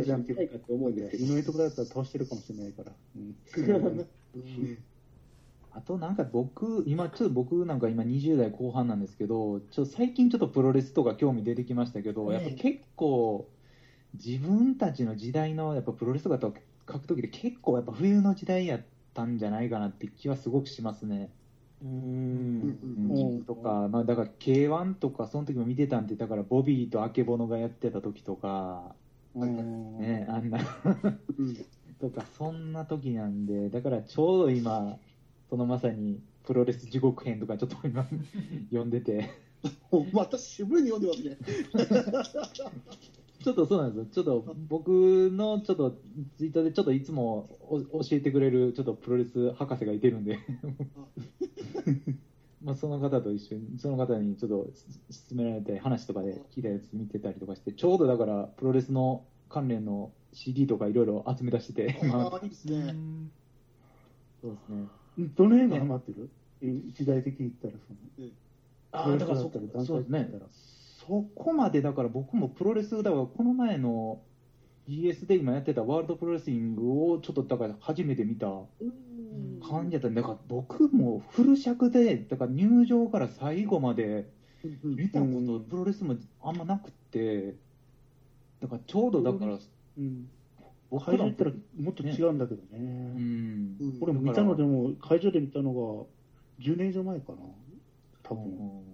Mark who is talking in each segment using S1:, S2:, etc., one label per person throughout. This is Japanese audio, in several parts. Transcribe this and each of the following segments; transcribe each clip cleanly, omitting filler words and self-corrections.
S1: じゃんけんかと思うんですけど、井上とかだったら倒してるかもしれないから。
S2: あとなんか僕なんか今20代後半なんですけど、最近ちょっとプロレスとか興味出てきましたけど、やっぱ結構自分たちの時代のやっぱプロレスとかと格闘技で結構やっぱ冬の時代やったんじゃないかなって気はすごくしますね。とか、まあだから K1 とかその時も見てたんで、だからボビーとアケボノがやってた時とか、ね、あんなとかそんな時なんで、だからちょうど今そのまさにプロレス地獄編とかちょっと今読んでて
S3: また渋いに読んでますね
S2: ちょっとそうなんですよ。ちょっと僕のちょっとツイッターでちょっといつも教えてくれるちょっとプロレス博士がいてるんでまあその方と一緒に、その方にちょっと勧められて話とかで聞いたやつ見てたりとかして、ちょうどだからプロレスの関連の CD とかいろいろ集め出してて、
S3: いいですね。
S2: そうですね。
S1: どの辺がハマってる？一代的に言ったら
S2: だからそうですね。そこまでだから僕もプロレスだからこの前の GS で今やってたワールドプロレスリングをちょっとだから初めて見た感じだったんで、だから僕もフル尺でだから入場から最後まで見たことプロレスもあんまなくて、だからちょうどだから、
S1: 会場行ったらもっと違うんだけどね。俺も見たのでも会場で見たのが10年以上前かな、多分。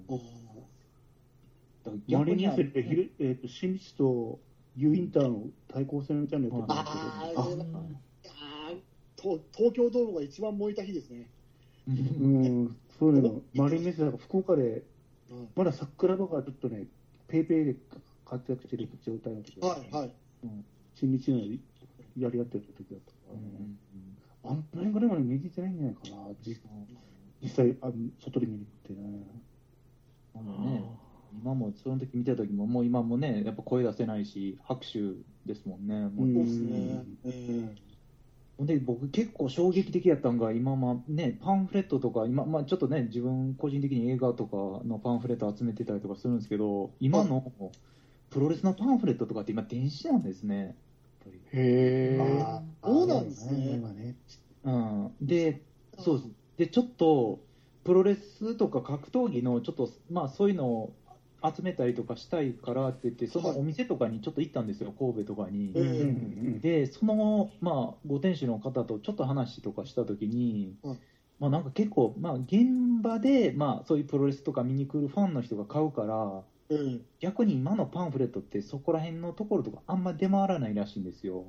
S1: マリンニュースで新日と U インターの対抗戦みたいなのやってたんです
S3: けど、東京ドームが一番燃えた日ですね。
S1: そういうの、マリンニュースだから福岡で、まだ桜庭がちょっとね、ペイペイで活躍してる状態の時だった。新日のやり合ってる時だったから、あんなぐらいまで見てないんじゃないかな、実際外で見に行ってね。
S2: 今もその時見た時ももう今もねやっぱ声出せないし拍手ですもんね。
S3: そうですね。
S2: で僕結構衝撃的やったんが今ねパンフレットとか今ちょっとね自分個人的に映画とかのパンフレット集めてたりとかするんですけど、今のプロレスのパンフレットとかって今電子なんですね。
S1: へえ。
S3: そうなんですね。
S2: でそうです。でちょっとプロレスとか格闘技のちょっとそういうのを集めたりとかしたいからって言ってそのお店とかにちょっと行ったんですよ、神戸とかに。でそのご店主の方とちょっと話とかした時に、なんか結構現場でそういうプロレスとか見に来るファンの人が買うから、逆に今のパンフレットってそこら辺のところとかあんま出回らないらしいんですよ。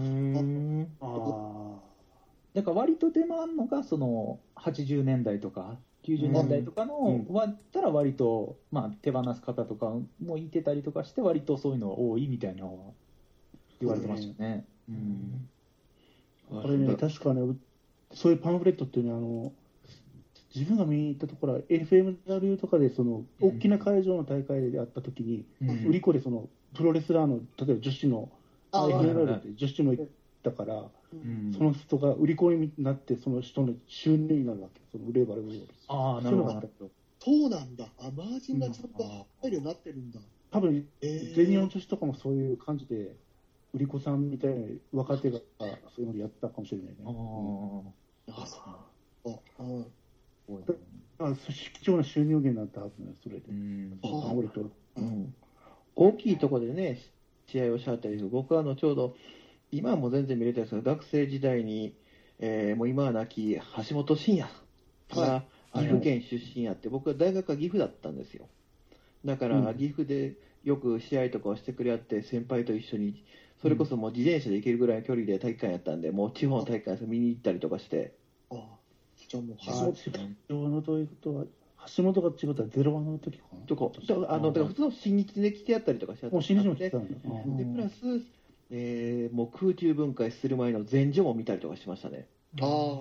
S2: だから割と出回るのがその80年代とか90年代とかの終わったら割と手放す方とかもいてたりとかして割とそういうのが多いみたいなのは言われてましたね。
S1: これね、確かね、そういうパンフレットっていうのは自分が見に行ったところは FMW とかでその大きな会場の大会であった時に、売り子でそのプロレスラーの例えば女子の FMW って女子も行ったから、その人が売り子になってその人の収入になるわけ、その売れば売るほど。
S3: なるほど。そうなんだ。マージンがちゃんと入るようになってるんだ。
S1: 多分全日本女子とかもそういう感じで売り子さんみたいな若手がそういうのでやったかもしれないね。貴重な収入源になったはずね、それで。
S4: 大きいところでね、試合をしはったりする。僕はちょうど、今はもう全然見れてないですけど、学生時代に、もう今は亡き橋本真也が岐阜県出身やって、僕は大学は岐阜だったんですよ。だから、岐阜でよく試合とかをしてくれあって、先輩と一緒に、それこそもう自転車で行けるぐらいの距離で体育館やったんで、もう地方の体育館見に行ったりとかして。
S1: じゃあもう橋本ということは、橋本が違ったらゼロワンの時かな
S4: だから普通の新日で来てやったりとかして
S1: もう新日も来てたんだ。
S4: でプラス、もう空中分解する前の前場も見たりとかしましたね。
S1: じゃあ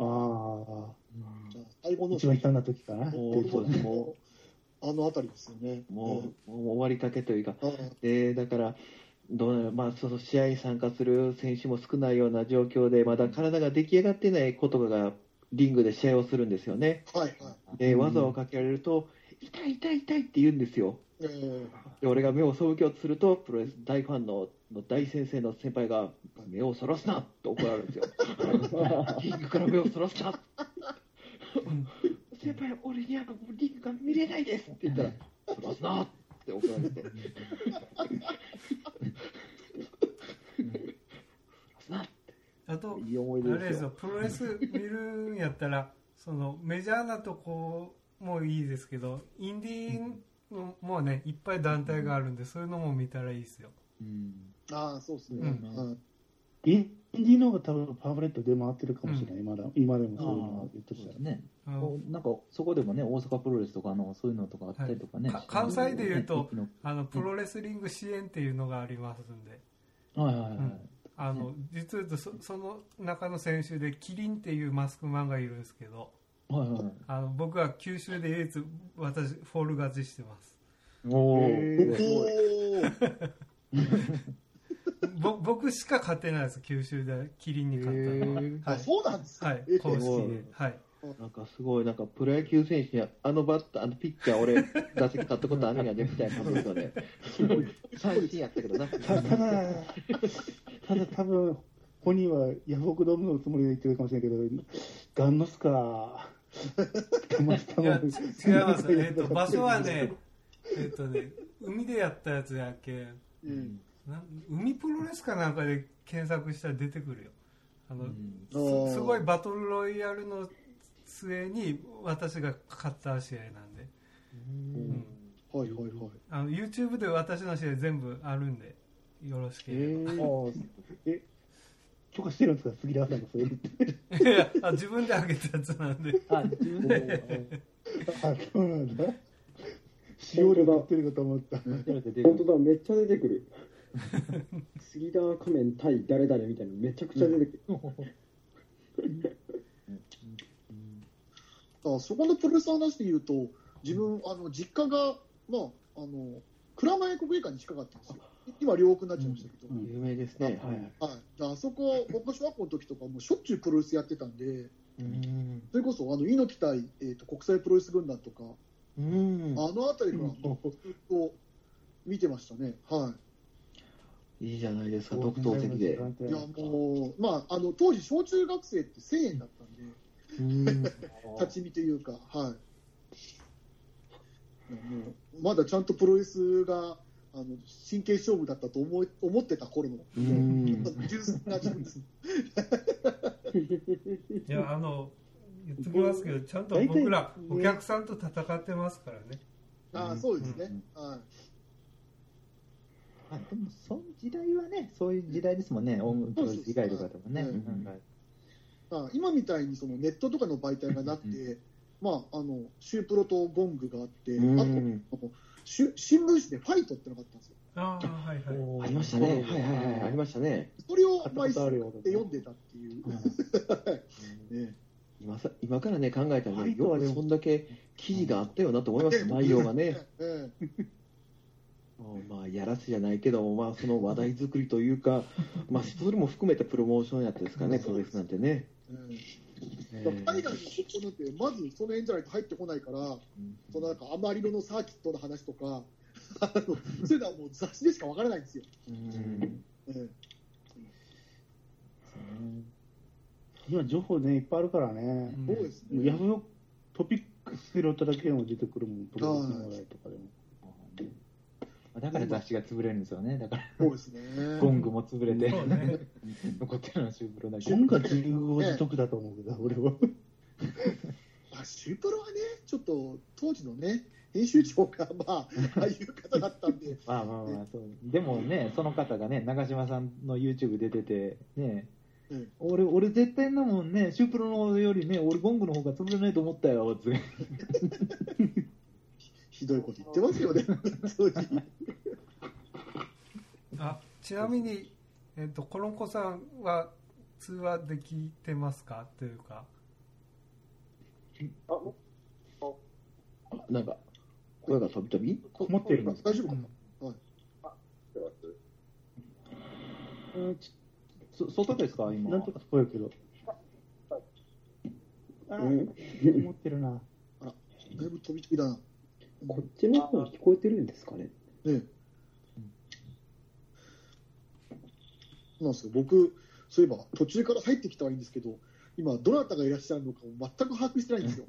S1: 最後の一番悲惨な時かな。
S4: そうです。も
S3: うあたりですよね。
S4: もう終わりかけというか、だからその試合に参加する選手も少ないような状況で、まだ体が出来上がってないことがリングで試合をするんですよね。技をかけられると、痛い痛い痛いって言うんですよ。で俺が目を背けようとすると、プロレス大ファンの大先生の先輩が目をそらすなって怒られるんですよ。リングから目をそらすな。先輩、俺にはリングが見れないですって言ったら、そらすなって怒られて。そらすなって。
S5: あと、
S4: いい思い出ですよ。
S5: プロレス見るんやったら、そのメジャーなとこもいいですけど、インディーのもうね、いっぱい団体があるんで、そういうのも見たらいいですよ。
S3: ああ、そうですね。
S1: インディーの方が多分パンフレット出回ってるかもしれない、今でもそういうのが言うとしたら
S2: ね、なんかそこでもね、大阪プロレスとかそういうのとかあったりとかね、
S5: 関西でいうと、プロレスリング支援っていうのがありますんで、実は言うとその中の選手でキリンっていうマスクマンがいるんですけど、僕は九州で唯一私フォール勝ちしてます。僕しか勝てないです、九州でキリンに勝ったのは。
S3: あ、そうなんですか。
S5: はい、公式で。はい。
S4: なんかすごい、なんかプロ野球選手にバッター、ピッチャー、俺、打席立ったことあるんやでみたいな感じですよね。三振やったけどな。
S1: ただ、多分本人はヤフオクドームのつもりで言ってるかもしれないけど、ガンノスか、
S5: いや、違います。場所はね、海でやったやつやっけ。海プロレスかなんかで検索したら出てくるよ。すごいバトルロイヤルの末に私が勝った試合なんで、
S3: はいはいはい。
S5: YouTube で私の試合全部あるんで、よろしければ。
S1: 許可してるんですか、杉田さんがそう言って。
S5: いや、自分で上げたやつなんで。
S2: 自分で。
S1: そうなんだ。使用料取ってるかと思った。
S6: 本当だ、めっちゃ出てくる。杉田仮面対誰々みたいなのめちゃくちゃ出てくる。
S3: そこのプロレスの話で言うと、自分実家が蔵前国技館に近かったんですよ。今両国になっちゃいましたけど、
S4: 有名ですね。
S3: はい。あそこ僕小学校の時とかもしょっちゅうプロレスやってたんで、それこそ猪木対国際プロレス軍団とか、あの辺りからずっと見てましたね。はい。
S4: いいじゃないですか、特等席で。いや
S3: もう当時小中学生って1000円だったんで、立ち見というか、はい。もうまだちゃんとプロレスが真剣勝負だったと思ってた頃の純粋な自分です。
S5: いや言っときますけど、ちゃんと僕らお客さんと戦ってますからね。
S3: そうですね。はい。
S2: でもその時代はね、そういう時代ですもんね、音楽以外とかでもね。
S3: 今みたいにそのネットとかの媒体がなくて、シュープロとゴングがあって、あと新聞紙でファイトってのがあったんですよ。
S5: はいはい。
S4: ありましたね。はいはいはい、ありましたね。
S3: それを毎週読んでたっていう。
S4: 今からね、考えたらね、よくそんだけ記事があったよなと思います、内容がね。やらせじゃないけど、その話題作りというか、それも含めてプロモーションやったですかね、プロレスなんてね。
S3: 海外の出向なんて、まずその辺じゃないと入ってこないから、そのなんかアマリロのサーキットの話とか、そういうのはもう雑誌でしかわからないんですよ。
S1: 今、情報ね、いっぱいあるからね。
S3: そうですね。
S1: ヤフオクトピックス拾っただけでも出てくるもん、プロレスの話題とかでも。
S2: だから雑誌が潰れるんですよね。だから
S3: そうですね。
S2: ゴングも潰れて、残ってるのはシュープロだけ。
S1: ゴングが15時得だと思うけど、俺は。
S3: シュープロはね、ちょっと当時のね、編集長がああいう方だったんで。
S2: そう。でもね、その方がね、長嶋さんの YouTube 出ててね。俺絶対なもんね、シュープロのよりね、俺ゴングの方が潰れないと思ったよって。
S3: ひどいこと言ってますよね。
S5: ちなみに、コロンコさんは通話できてますかというか。
S4: なんか声が飛び飛び
S1: こもってるんですか。
S3: 大丈夫かな。
S2: 外ですか今。
S1: なんとか聞こえるけど。こもってるな。
S3: だいぶ飛び飛びだな。
S6: こっちの方聞こえてるんですかね。
S3: なんですよ。僕、そういえば途中から入ってきたはいいんですけど、今、どなたがいらっしゃるのかを全く把握してないんですよ。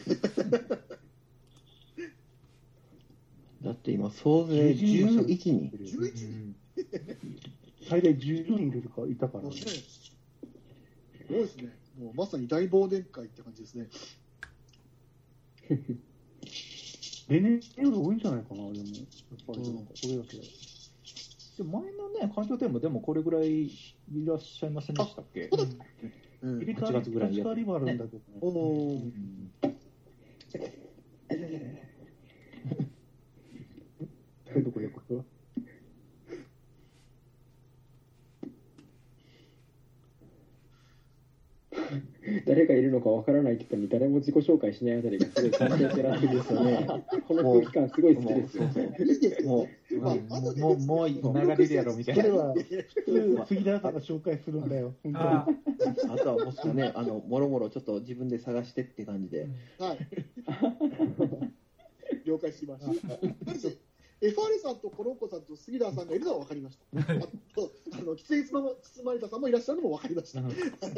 S4: だって今、総勢11人。
S3: 11人、
S1: 最大10人いたからね。
S3: すごいですね。もうまさに大忘年会って感じですね。
S1: 例年より多いんじゃないかな、でも。やっぱり、これだけ。
S2: で前のね、環境店もでもこれぐらいいらっしゃいませんでしたっけ？
S1: 入れ替
S2: 8月ぐらいにやって
S1: わりもあるんだけどね。どこでこれは
S6: 誰がいるのかわからない人に誰も自己紹介しないあたりがすごい関係性らしいですよね。この空気感すごい好きですよ。
S2: もう流れるやろみたいな。
S1: それは、普通、杉田さんが紹介するんだよ、本当に。
S4: あとはもしくはね、もろもろちょっと自分で探してって感じで。
S3: はい。了解しました。FR さんとコロンコさんと杉田さんがいるのは分かりました。あと、喫煙包まれたさんもいらっしゃるのも分かりました。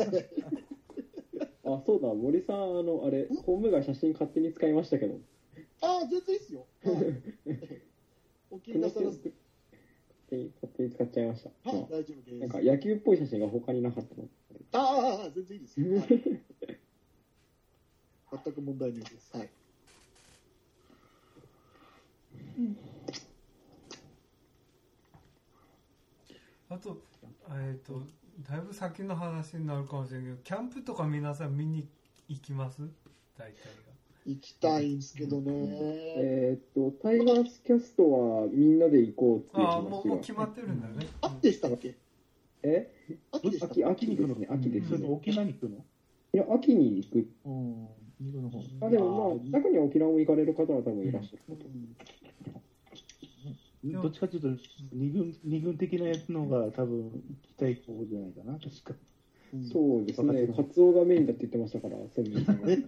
S6: あ、そうだ、森さん、あれ、ホームが写真勝手に使いましたけど。
S3: ああ、全然いいですよ。お気になさらず。
S6: 勝手に使っちゃいました。
S3: はい、大丈夫です。
S6: なんか野球っぽい写真が他になかったの。
S3: ああ、全然いいですよ。はい、全く問題ないです。はい。
S5: あと、だいぶ先の話になるかもしれないけど、キャンプとか皆さん見に行きます？大体が。
S3: 行きたいんですけどね。
S6: タイガースキャストはみんなで行こうっていう話が。
S5: ああ、もう決まってるんだね。
S3: 秋でしたっけ？
S6: 秋ですね、秋です。
S1: それと沖縄に行くの？
S6: いや、秋に行く。でもまあ、中には沖縄も行かれる方は多分いらっしゃる。
S1: どっちかというと二軍的なやつの方が多分行きたい方じゃないかな、確か。
S6: そうですね、カツオがメインだって言ってましたから、専務さんが。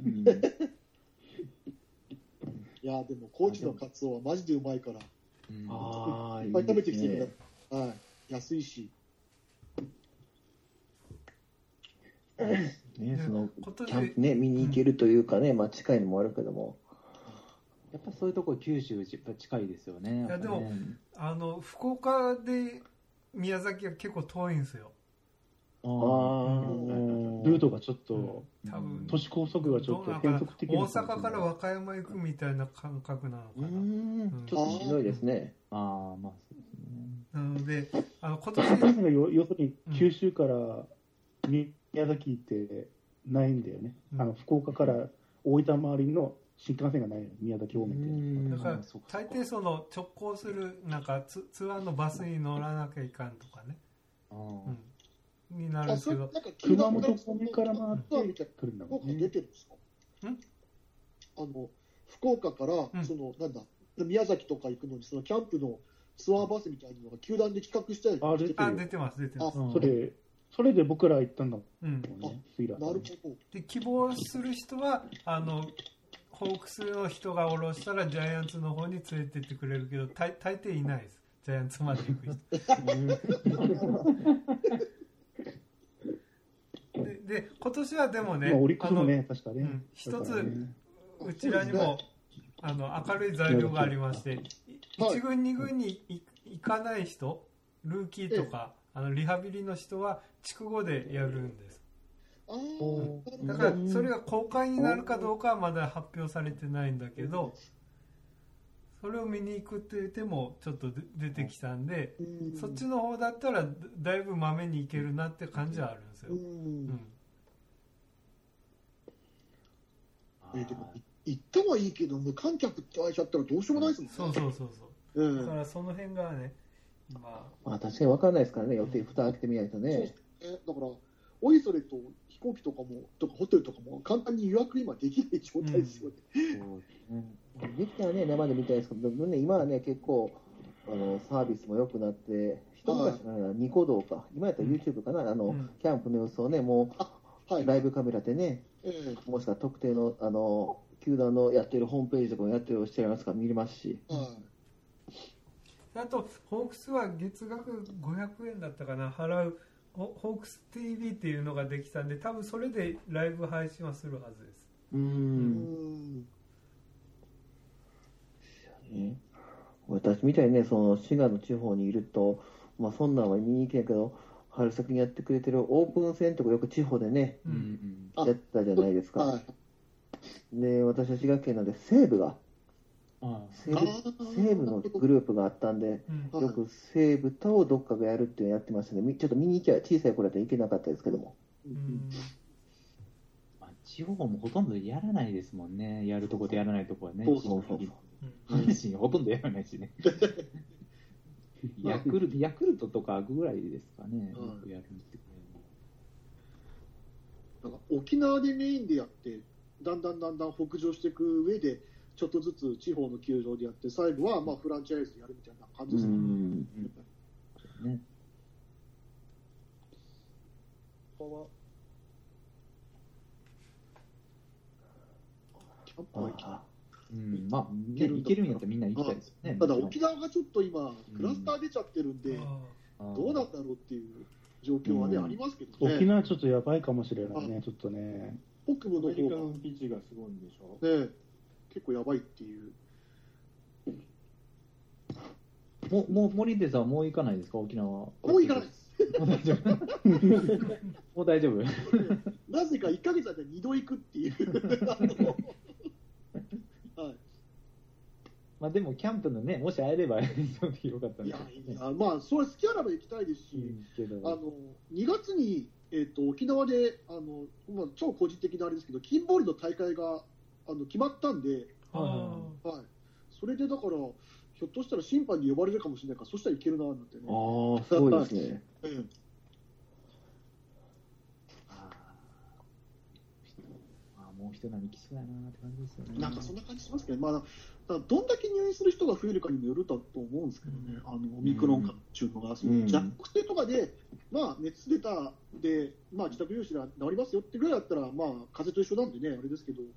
S3: いや、でも高知のカツオはマジでうまいから、いっぱい食べてきてるんだ。はい、安いし。
S4: ね、そのキャンプね、見に行けるというかね、まあ近いのもあるけども。
S2: やっぱそういうところ九州近いですよね。
S5: いやでも福岡で宮崎は結構遠いんですよ。
S1: ルートがちょっと、多分都市高速がちょっと変則的な。
S5: 大阪から和歌山行くみたいな感覚なのかな。
S4: ちょっとしんどいですね。
S2: まあそうですね。
S5: なので今
S1: 年要するに九州から宮崎ってないんだよね。福岡から大分周りの新幹線がないの、宮崎方面って。
S5: だから大抵その直行するなんかツアーのバスに乗らなきゃいかんとかね、になるんですけど、
S1: 熊本方面から回ってくるんだもんね。
S3: 出てるんですか？福岡からなんだ宮崎とか行くのにそのキャンプのツアーバスみたいなのが球団で企画したり
S5: 出てます。
S1: それで僕ら行ったんだもんね。
S3: なるほど。
S5: で希望する人はホークスの人が降ろしたらジャイアンツの方に連れてってくれるけど、大抵いないです。ジャイアンツまで行く人。で今年はでもね、
S1: オリックスもね、確かね。
S5: 一つうちらにも明るい材料がありまして、1軍2軍に行かない人、ルーキーとかリハビリの人は筑後でやるんです。だからそれが公開になるかどうかはまだ発表されてないんだけど、それを見に行くって言ってもちょっと出てきたんで、そっちの方だったらだいぶまめに行けるなって感じはあるんですよ。
S3: でも行ったはいいけど無観客って言われちゃったらどうしようもないですもんね。
S5: そうだからその辺がね、
S4: まあ確かに分からないですからね、予定蓋開けてみないとね。
S3: だからおいそれと飛行機とかホテルとかも簡単に予約今できない状態ですよね。
S4: できたらね、生で見たいですけど、今はね、結構サービスも良くなって、一昔からニコ動か、今やったら YouTube かな、キャンプの様子をね、もうライブカメラでね、もしくは特定の球団のやってるホームページとかもやってるしてますから見れますし。
S5: あとホークスは月額500円だったかな、払うホークス TV っていうのができたんで、多分それでライブ配信はするはずです。
S4: 私みたいにね、その滋賀の地方にいると、まあそんなんは見に行けんけど、春先にやってくれてるオープン戦とかよく地方でね、やったじゃないですか。で、私は滋賀県なんで西部が、西部のグループがあったんで、よく西部とどっかがやるっていうのをやってましたね。ちょっと見に行きゃ小さい頃だったら行けなかったですけども。
S2: 地方もほとんどやらないですもんね。やるとこでやらないとこはね。
S3: そうそうそう。
S2: 阪神ほとんどやらないしね。ヤクルトとかぐらいですかね。やるって
S3: なんか沖縄でメインでやって、だんだん北上していく上で、ちょっとずつ地方の球場でやって、最後はまあフランチャイズでやるみたいな感じですね。キャンプは行きたい。
S2: まあ、行けるんやったらみんな行きたいですよね。
S3: ただ沖縄がちょっと今、クラスター出ちゃってるんで、どうなんだろうっていう状況はね、ありますけどね。
S1: 沖縄ちょっとやばいかもしれないね、ちょっとね。
S3: 北部の方が、
S7: アメリカのピッチがすごいんでしょ。
S3: ね、結構やばいっていう。
S2: もう森出さんはもう行かないですか、沖縄。も
S3: う行かないです。
S2: もう大丈夫。もう大丈夫。
S3: なぜか1ヶ月だったら2度行くっていう。はい。
S2: まあでもキャンプのね、もし会えればよかったんで。
S3: まあそれ好きあらば行きたいですし、2月に沖縄でまあ超個人的なあれですけど、キンボールの大会が決まったんで、はい。それでだからひょっとしたら審判に呼ばれるかもしれないから、そしたらいけるななんてね。
S4: ああ、すごいですね。
S2: もう一波来そうやなって感じですよね。
S3: なんかそんな感じしますけど、まあ、どんだけ入院する人が増えるかにもよると思うんですけどね、オミクロン株っていうのが、若性とかで、まあ、熱出たで、まあ、自宅療養して治りますよってぐらいだったら、まあ、風邪と一緒なんでね、あれですけど、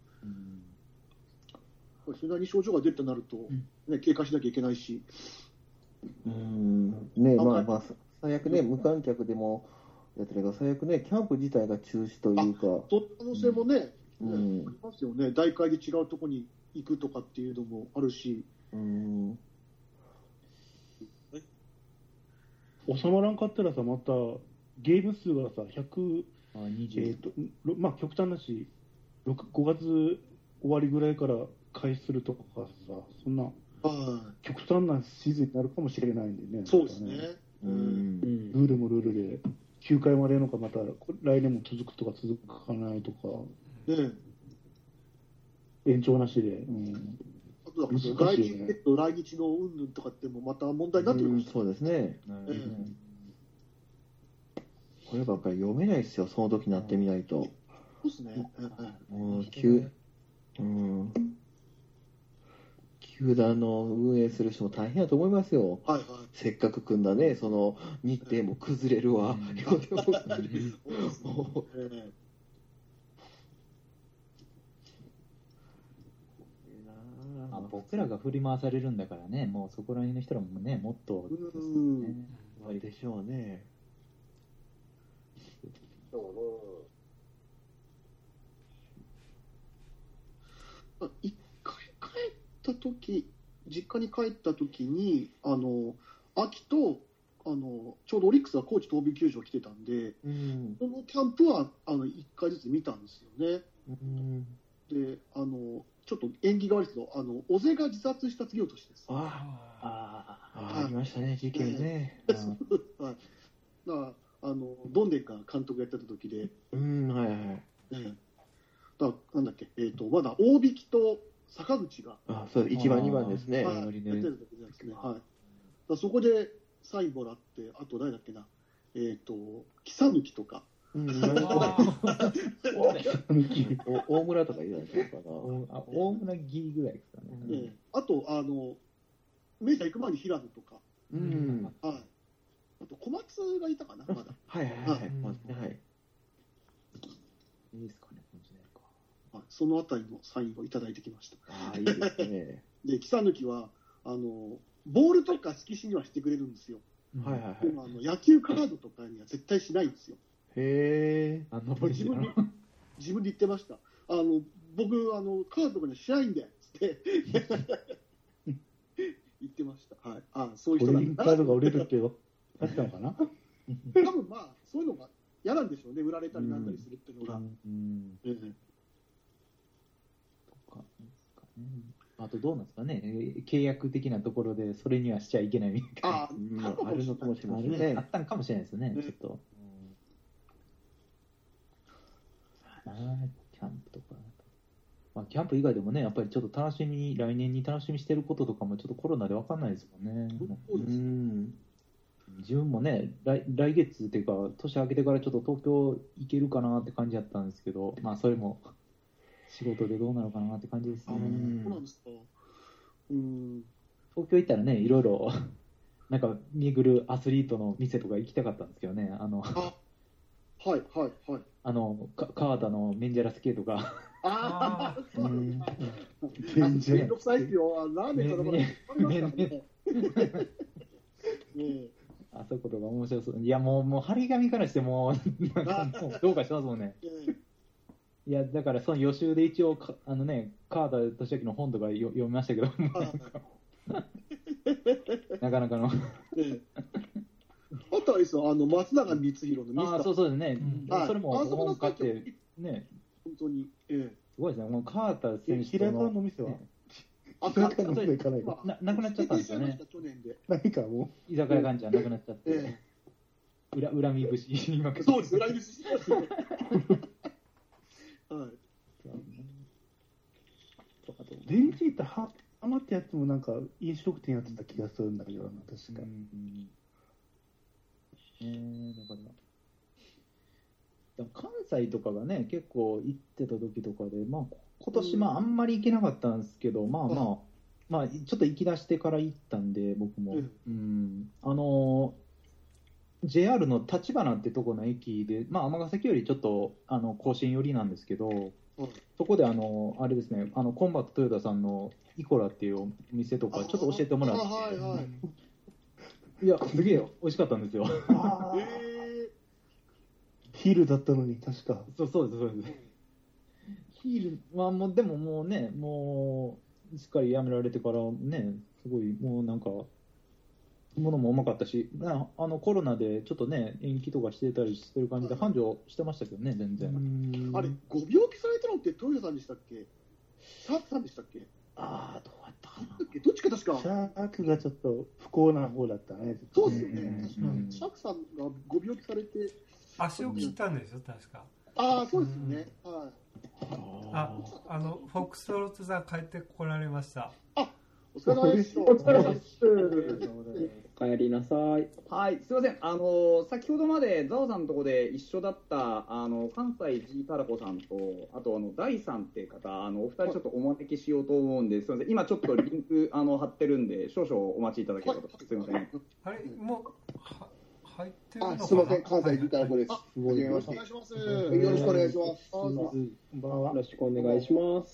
S3: それなりに症状が出るとなると、ね、経過しなきゃいけないし。
S4: ね、まあ、最悪ね、無観客でもやってるけど、最悪ね、キャンプ自体が中止というか。
S3: その可能性もね、ありますよね。大会で違うところに行くとかっていうのもあるし。
S1: 収まらんかったらさ、またゲーム数がさ、まあ極端なし、5月終わりぐらいから開始するとかさ、そんな極端なシーズンになるかもしれないんでね。
S3: そうですね。
S1: ルールもルールで、9回までのか、また来年も続くとか続かないとか。延長なしで。
S3: あとは来日の云々とかってもまた問題になってくるんです。
S4: そうですね。こればっかり読めないですよ、その時になってみないと。
S3: そうですね。
S4: 球団の運営する人も大変だと思いますよ。せっかく組んだね、その日程も崩れるわ。
S2: 僕らが振り回されるんだからね、もうそこら辺の人らもね、もっと
S4: でしょうね。
S3: 一回帰った時、実家に帰った時に秋とちょうどオリックスが高知東美球場来てたんで、そのキャンプは1回ずつ見たんですよね。でちょっと縁起が悪いですけど、小瀬が自殺した次の年です。
S4: ありましたね、事件ね。
S3: どんでんか監督やってた時で、なんだっけ、まだ大引と坂口が、
S4: そう1番、2番ですね。
S3: やってた時ですね。そこでサインもらって、あと誰だっけな、草抜とか。
S4: 大村とかいるんじゃないかな。
S2: 大村ギぐらいですかね。
S3: あとメジャー行く前に平野とか。あと小松がいたかな、まだ。
S2: いいですかね、
S3: そのあたりのサインをいただいてきました。
S4: いいですね。
S3: で、草抜はボールとか色紙にはしてくれるんですよ。
S4: はいはいはい。
S3: でも野球カードとかには絶対しないんですよ。
S4: へえ。
S3: 自分で言ってました。僕カードとかにはしないんでって言ってました。はい。そういう人なんだ。
S1: カードが売れるってよ。なったのかな。
S3: 多分まあそういうのが嫌なんでしょうね。売られたりなんだりするっていうのが。
S2: あとどうなんですかね、契約的なところでそれにはしちゃいけないみたいな。
S4: あるのかもしれないですね。
S2: あったんかもしれないですね、ちょっと。キャンプとか。まあ、キャンプ以外でもね、やっぱりちょっと来年に楽しみしてることとかもちょっとコロナで分かんないですもんね。自分もね、来月っていうか、年明けてからちょっと東京行けるかなって感じだったんですけど、まあそれも仕事でどうなるかなって感じですね。
S3: そうなんですか。
S2: 東京行ったらね、いろいろなんか巡るアスリートの店とか行きたかったんですけどね。
S3: はいはいはい。
S2: 川田のメンジャラス系とか。
S3: めんどくさいですよ。ラーメン頼まない
S2: あそことか面白そう。いや、もう張り紙からしてもどうかしてますもんね。いや、だからその予習で一応、川田俊明の本とか読みましたけど、なかなかの。
S3: あとはですよ、松永光弘のミスター。
S2: そうですね。それも本買ってね。
S3: 本当に。
S2: すごいですね。もう川田選手
S1: 平川の店は平川の店行かないか。
S2: なくなっちゃったんですよね。
S1: 何かも
S2: う。居酒屋感じはなくなっちゃって。恨み節。
S3: そうです、恨み節。
S1: 電池ってハマってやつもなんか飲食店やってた気がするんだけどな、確か。
S2: だから関西とかがね、結構行ってた時とかで、まあ、今年あんまり行けなかったんですけど、まあ、ちょっと行き出してから行ったんで、僕も。JR の立花ってとこの駅で、尼崎よりちょっと甲子園寄りなんですけど、そこであれですね、コンバットトヨタさんのイコラっていうお店とか、ちょっと教えてもらって、いや、すげえ美味しかったんですよ。
S1: ヒールだったのに、確か。
S2: そうです。ヒールはもう、でももうね、もう、しっかりやめられてからね、すごい、もうなんか、ものもうまかったし、コロナでちょっとね、延期とかしてたりしてる感じで、繁盛してましたけどね、全然。
S3: あれ、ご病気されたのって豊田さんでしたっけ、シャークさんでしたっけ。
S2: どうやったかな。
S3: どっちか確か。
S1: シャークがちょっと不幸な方だったね。
S3: そうですよね、確かに。シャークさんがご病気されて。
S5: 足を切ったんでしょ、確か。
S3: そうですよね。はい。
S5: フォックストロットさん帰ってこられました。
S3: お疲れ様です。
S6: お疲れ様です。お帰りなさい。
S8: はい、すいません。先ほどまでザオさんのところで一緒だった関西 G タラコさんと、あと大さんって方、お二人ちょっとお招きしようと思うんで、すみません。今ちょっとリンク貼ってるんで、少々お待ちいただければと。すみません。
S5: あれ、もう入ってるのかな。
S3: すみません、関西 G タラコです。よろしくお願いします。よろしくお願いします。
S6: こんばんは。よろしくお願いします。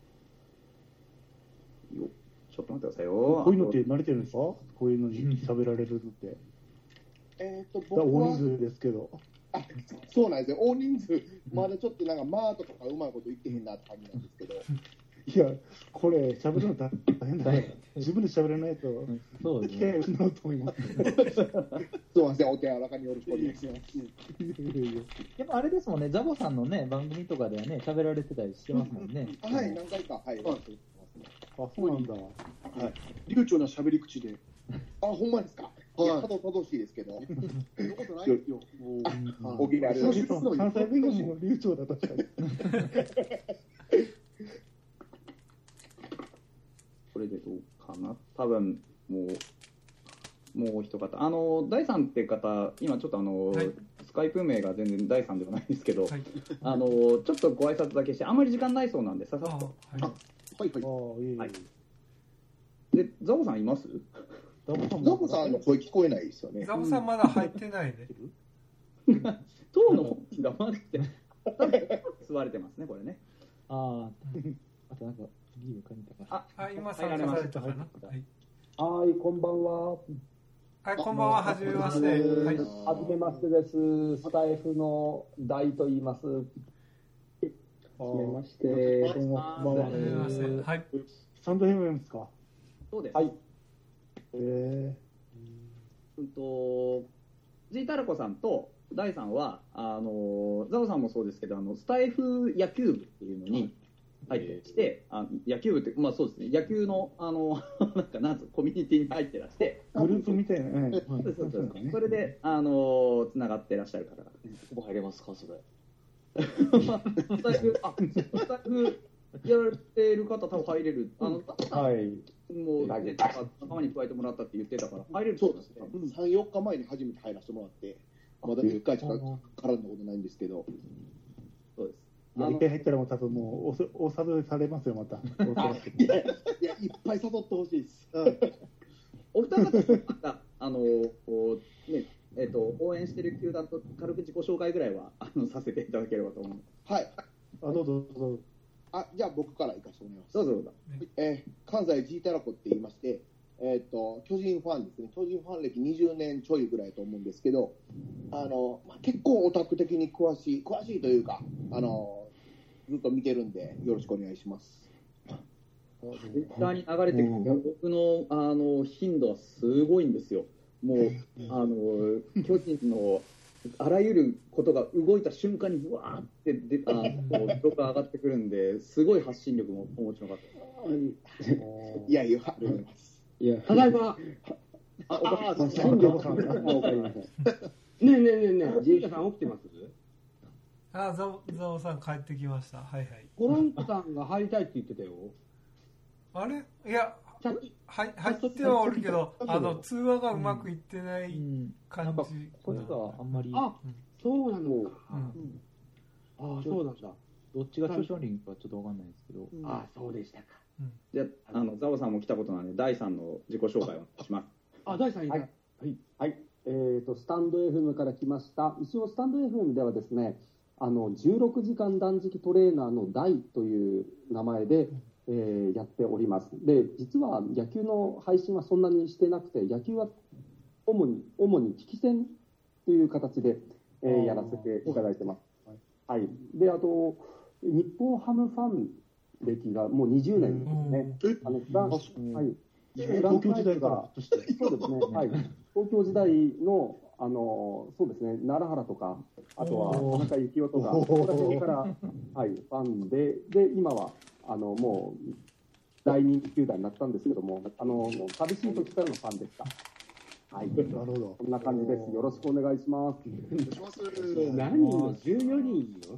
S8: ちょっと待ってくださいよ。
S1: こういうのって慣れてるんですか？こういうのに喋られるのって。
S3: 僕は
S1: 大人数ですけど。
S3: そうなんですよ。大人数、まだちょっとなんかマートとかうまいこと言ってへんなって感じなんですけど。
S1: いや、これ喋るの大変だね。自分で喋らないと、
S2: そうです
S1: 機会を失うと思います。
S3: すみません、お手柔らかによろしくお願いします。
S2: やっぱあれですもんね、ザボさんのね、番組とかではね、喋られてたりしてますもんね。
S3: はい、何回か。はい。
S1: そうなんだ。
S3: はい。流暢な喋り口で。ほんまですか。はい。正しいですけど。そんなことないですよ。おぎられる。
S1: 関西弁がもう流暢だ、確かに。
S8: これでどうかな。多分もう一方、第三って方、今ちょっとはい、スカイプ名が全然第三ではないんですけど、はい、ちょっとご挨拶だけして、あんまり時間ないそうなんで、ささっと。はい。で、ザボさんいます？
S3: ザボさんの声聞こえないですよね。
S5: ザボさんまだ入ってないね。
S8: 当の黙って座れてますね、これね。
S2: あとなんかギル書いたか
S5: ら。今参加されたかな。
S6: はい、こんばんは。
S5: はい、こんばんは、はじめまして。はい。
S9: はじめましてです。スタイフの大と言います。は
S6: じめまして。
S1: どうも、こんばんは。
S5: はじめまして。はい。
S1: スタンド FM ですか？
S8: そうです。
S9: はい。
S8: G タラコさんと大さんは、ザオさんもそうですけど、スタイフ野球部っていうのに入ってして、野球部って、まあそうですね、野球の、なんつうコミュニティに入ってらして、
S1: グループみたいな、
S8: それで、つながってらっしゃる方が、
S2: ここ入れますか、それ。
S8: スタイフやられてる方、多分入れる。
S9: はい。
S8: もう、仲間に加えてもらったって言ってたから、入れる
S3: そうですね。3、4日前に初めて入らせてもらって、まだ1回しか絡んだことないんですけど。
S8: そうです。
S1: 1回入ったらもう多分もう、お誘いされますよ、また。
S3: いや、いっぱい誘ってほしいです。
S8: お二方、応援してる球団と軽く自己紹介ぐらいはさせていただければと思う。
S3: はい。
S1: どうぞ。
S3: じゃあ僕から行かせてもらいます。
S8: どうぞ。
S3: 関西 G タラコって言いまして、巨人ファンですね。巨人ファン歴20年ちょいぐらいと思うんですけど、結構オタク的に詳しいというか、ずっと見てるんで、よろしくお願いします。
S8: ツイッターに流れてくる僕の頻度はすごいんですよ。もう巨人のあらゆることが動いた瞬間にブワーってブログが上がってくるんで、すごい発信力もお持ちの方。
S3: いや、ありがとうございます。
S6: いや、
S9: ただいま。
S6: 新庄さんがおかえりなさい。
S9: ねえ、ジータさん起きてます？
S5: ザオさん帰ってきました。はいはい。
S9: コロンコさんが入りたいって言ってたよ。
S5: あれ？いや、入ってはおるけど、通話がうまくいってない感じ。
S2: これがあんまり。
S9: あ、そうなの。そうなんだ。
S2: どっちが著書人かちょっとわかんないですけど。
S9: そうでしたか。
S8: じゃあ、ザオさんも来たことなんで、第3の自己紹介をお願いします。
S9: 第3位。はい。スタンド FM から来ました。一応、スタンド FM ではですね、16時間断食トレーナーの大という名前で、やっております。で、実は野球の配信はそんなにしてなくて、野球は主に聞き戦という形で、やらせていただいてます。はい。で、あと、日本ハムファン歴がもう20年ですね。はい。
S1: 東京時代から。
S9: そうですね。はい。東京時代の、そうですね、奈良原とか、あとは田中幸雄とか、そこら辺から、はい、ファンで、今は、もう、大人気球団になったんですけども、寂しい時からのファンでした。はい。なるほど。こんな感じです。よろしくお願いします。
S6: 何人よ、14人よ。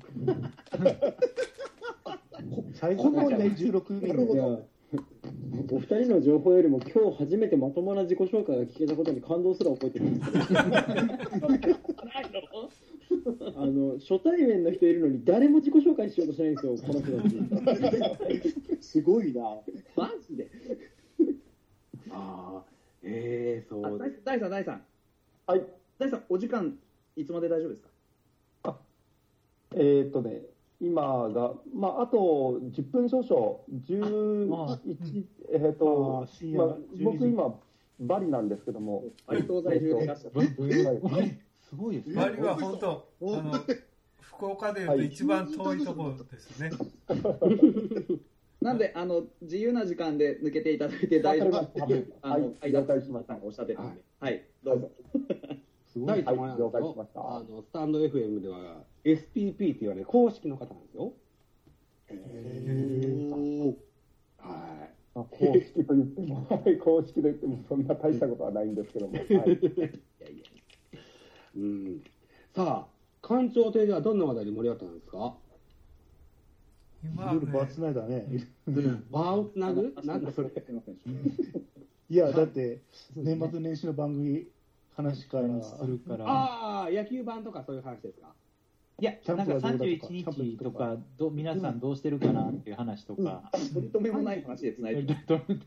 S1: 最後の16人で。
S6: お二人の情報よりも今日初めてまともな自己紹介が聞けたことに感動すら覚えてるんですけど初対面の人いるのに誰も自己紹介しようとしないんですよ、この人たち。
S3: すごいな。
S9: マジでそう。
S8: 大さん。
S9: はい。
S8: 大さん、お時間、いつまで大丈夫ですか？
S9: 今が、あと10分少々、僕今、バリなんですけども。
S8: バリ島在住でいらっしゃる。
S1: すごいですね。
S5: バリは本当、福岡でいうと一番遠いところですね。
S8: なんで、自由な時間で抜けていただいて大丈夫です。
S9: 了解しました。
S8: おっしゃってたんで。はい、どうぞ。
S9: 第3話了解しました。スタンド FM では SPP って言われる公式の方なんですよ。はい。公式と言っても、公式と言ってもそんな大したことはないんですけども。さあ、館長亭ではどんな話題で盛り上がったんですか？
S1: いろいろバーつないだね。
S9: バーをつなぐ？なんだそれ。
S1: いや、だって、年末年始の番組、話からするから。
S9: 野球版とかそういう話ですか？
S2: いや、なんか31日とか、皆さんどうしてるかなっていう話とか。
S8: 取り留めもない話でつないで。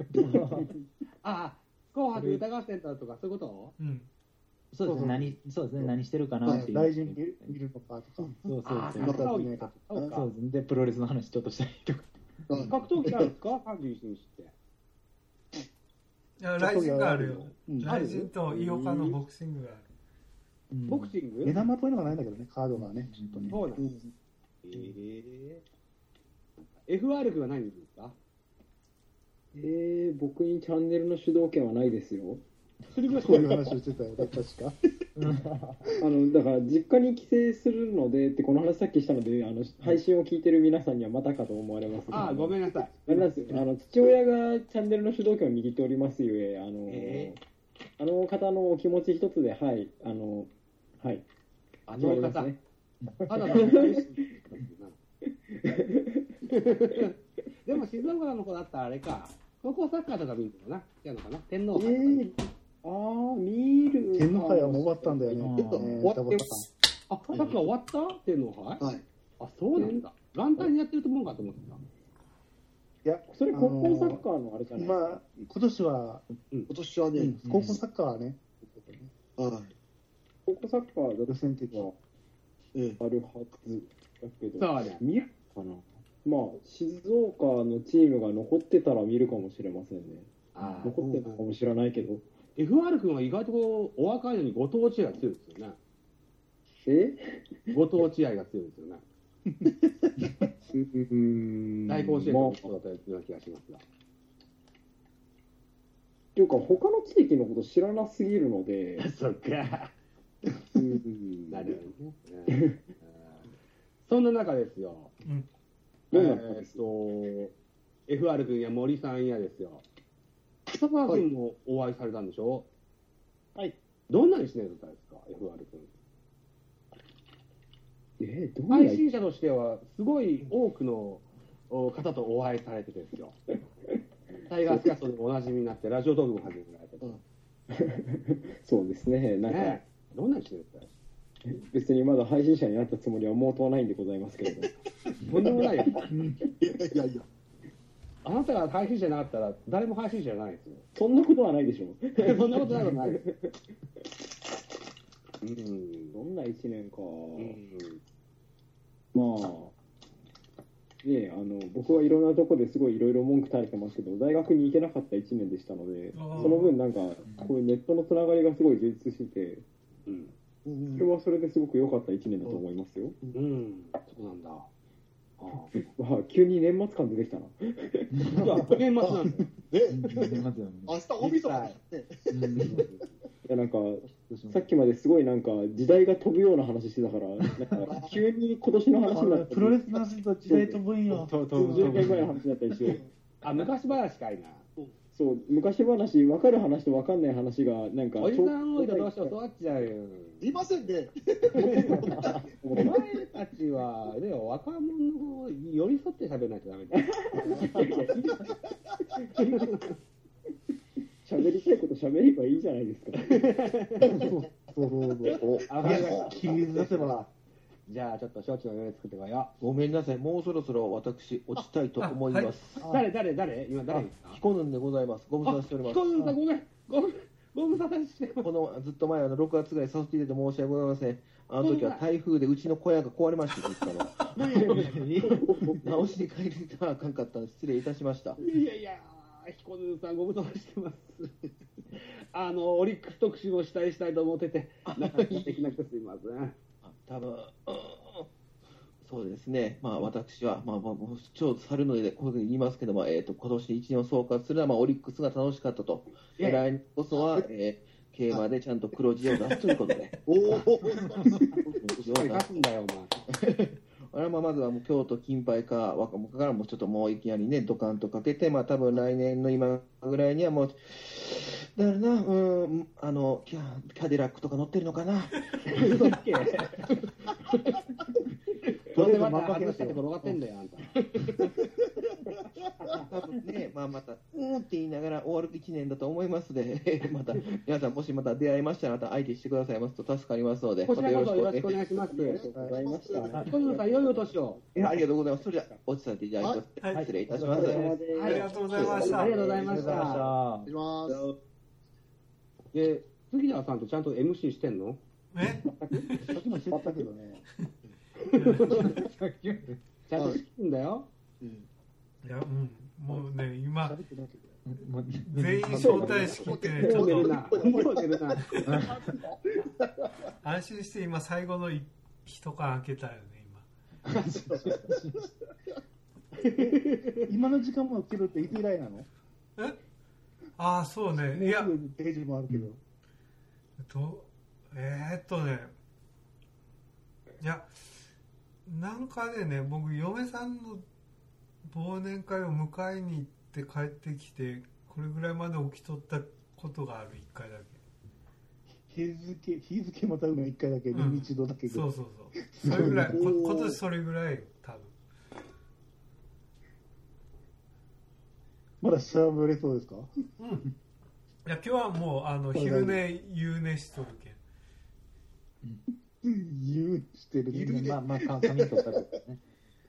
S9: 紅白歌合戦とかそういうこと？
S2: そうですね、何してるかなっていう。
S1: 大臣見るのかとか。
S2: そうですね。で、プロレスの話ちょっとしたりとか。
S9: 格闘技なんですか？31日って。
S5: や、ライジンがあるよ。ライジンとイオカのボクシングがある。
S9: ボクシング
S1: 目玉っぽいのがないんだけどね、カードがね。
S9: そうなんです。FR 君は何見るんですか？
S6: 僕にチャンネルの主導権はないですよ。
S1: そういう話をしてたよね、確か。
S6: だから実家に帰省するのでってこの話さっきしたので、配信を聞いてる皆さんにはまたかと思われます、
S9: あ、ごめんなさい。
S6: 父親がチャンネルの主導権を握っておりますゆえ、あの方のお気持ち一つで、はい、はい。
S9: あの方、ね、でも静岡の子だったらあれか、高校サッカーとか見るのかな、違うのかな、天皇杯。
S6: 見る。
S1: 天皇杯はもう終わったんだよね。
S9: 終わった。あ、サッカー終わった天皇杯？はい。あ、そうなんだ。元旦にやってると思うかと思ってた。
S6: いや、それ高校サッカーのあれじゃないですか。
S1: まあ、今年はね、高校サッカーはね、
S6: 高校サッカー予選的はあるはずだけど、見るかな。まあ、静岡のチームが残ってたら見るかもしれませんね。残ってたかもしれないけど。
S9: FR 君は意外とお若いのにご当地愛が強いですよね。ご当地愛が強いですよね。大甲子園の人だったような気がしますが。
S6: というか、他の地域のこと知らなすぎるので。
S9: そっか。なるほどね。そんな中ですよ。FR 君や森さんやですよ。北川君もお会いされたんでしょ？はい。どんな一年だったんですか、FR 君。配信者としては、すごい多くの方とお会いされてですよ。タイガースキャストでもおなじみになって、ラジオトークも始められて。
S6: そうですね、なんか、
S9: どんな一年ですか？
S6: 別にまだ配信者になったつもりは毛頭ないんでございますけれど。
S9: とんでもないよ。いやいや。あなたが配信者じゃなかったら誰も配信者じゃないですよ。
S6: そんなことはないでしょ。
S9: そんなことないです。
S6: どんな1年か。まあ、ね、僕はいろんなとこですごいいろいろ文句垂れてますけど、大学に行けなかった1年でしたので、その分なんか、こういうネットのつながりがすごい充実してて、それはそれですごく良かった1年だと思いますよ。
S9: そうなんだ。
S6: 急に年末感出てきたな。
S9: 年末なんだよ。
S3: 明日大晦日だね。
S6: いやなんかさっきまですごいなんか時代が飛ぶような話してたから、なんか急に今年の話になって
S1: プロレスの話と時代飛ぶんよ。
S6: 10年前の話になったりして。
S9: 昔話かいな。
S6: そう、昔話、分かる話と分かんない話が、なんか、
S9: おじさん多いとどうしても育っちゃうよ。
S3: いませんね。
S9: お前たちは、ね、若者の方に寄り添って喋らないとダメだよ。
S6: 喋りたいこと喋ればいいじゃないですか。
S1: 君出せば。
S9: じゃあちょっと焼酎の用意作ってこいよ。
S4: ごめんなさい、もうそろそろ私落ちたいと思います。
S9: 誰今誰ですか？
S4: 彦nunでございます。ご無沙汰しております。
S9: 彦nunさんご無沙汰してます。
S4: このずっと前6月ぐらいさせていただいて申し訳ございません。あの時は台風でうちの小屋が壊れました実家の。直しに帰りたらあかんかったので失礼いたしました。
S9: いや彦nunさんご無沙汰してます。オリックス特集をしたいと思ってて、なかなかできなくてすいません。
S4: 多分そうですね、まあ、私は、ちょうど去るので、こういうふうに言いますけども、今年1年を総括するのは、オリックスが楽しかったと、来年こそは、競馬でちゃんと黒字を出すということで。
S9: 勝つんだよ、お前。
S4: あれはまずはもう京都金杯か若者からもちょっともういきなりねドカンとかけて、多分来年の今ぐらいにはもうだからな、キャデラックとか乗ってるのかな。
S9: 嘘つけ。どうせまた外したところがってんだよ、あんた。
S4: 多分ね、またって言いながら終わる1年だと思いますので、また皆さんもしまた出会いましたらまた相手してくださいますと助かりますので、
S9: こちらこそよろしくお願いします。
S6: ありがとうございました。
S9: 彦nunさん、良いお年を。
S4: ありがとうございます。それでは落ちさせていただきます。失礼いたします。
S5: ありがとうございました。
S9: ありがとうございました。
S3: 失礼します。
S9: で、杉田さんとちゃんと MC してんの？
S1: さっきもしてたけどね。
S9: ちゃんとしてんだよ。
S5: いや、もうね、今、 全員招待式ってね、ちょっと安心して今最後の一缶開けたよね
S1: 今。今の時間も来るっていつ以来なの？
S5: ああ、そうね。いや、
S1: ページもあるけど。
S5: いや、なんかでね、僕、嫁さんの忘年会を迎えに行って帰ってきて、これぐらいまで起きとったことがある、1回だけ。
S1: 日付またぐの1回だけ、年一度だけ。
S5: そう。それぐらい、今年それぐらいよ、多分。
S1: まだしゃべれそうですか？
S5: うん。いや、今日はもう、昼寝、夕寝しとるけん。
S1: 夕してるね。
S2: まあ、髪とかですね。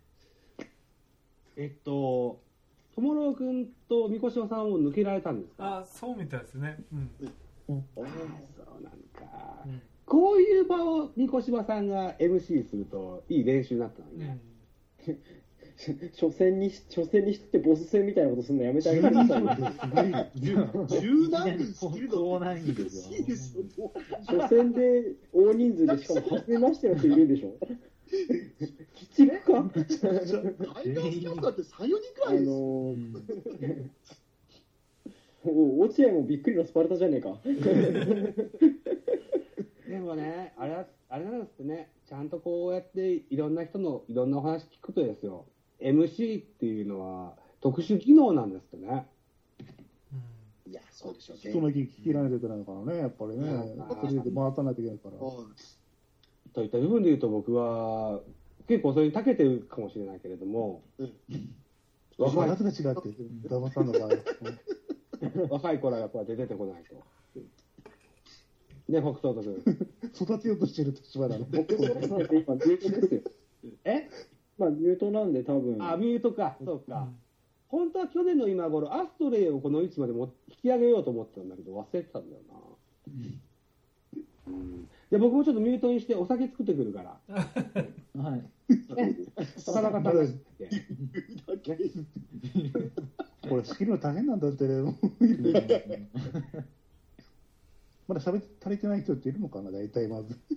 S9: ともろうくんとみこしおさんを抜けられたんですか？
S5: あ、そうみたいですね。
S9: そうなんか。こういう場をみこしばさんが MC するといい練習になったのにね。
S6: 初戦にしてボス戦みたいなことするのやめてあげてください。
S3: 10何人仕切るの
S2: そうないんです
S6: よ。初戦で大人数でしかも初めましての人いるんでしょ。きちくか？
S3: タイガースキャンプだって3、4人くらいです。
S6: 落合もびっくりのスパルタじゃねえか。
S9: でもね、あれなんですってね、ちゃんとこうやっていろんな人のいろんなお話聞くとですよ、MC っていうのは特殊技能なんですってね。
S3: いや、そうでしょうね。
S1: 人の聞きられてないからね、やっぱりね。それで回さないといけないから。
S9: といった部分で言うと僕は結構それに長けてるかもしれないけれども、
S1: 若いやつが違って、騙さんの場合。
S9: 若い子らがこうやって出てこないと。ね、北斗君。
S1: 育てようとしてる立場なの。
S6: 僕は今、ミュートですよ。まあ、ミュートなんで多分。
S9: あ、ミュートか。そうか。本当は去年の今頃、アストレイをこの位置まで引き上げようと思ってたんだけど、忘れてたんだよな。で、僕もちょっとミュートにしてお酒作ってくるから。
S2: はい。
S9: 魚が楽しくて。
S1: これ、仕切るの大変なんだって。まだ喋足りてない人っているのかな、大体まず。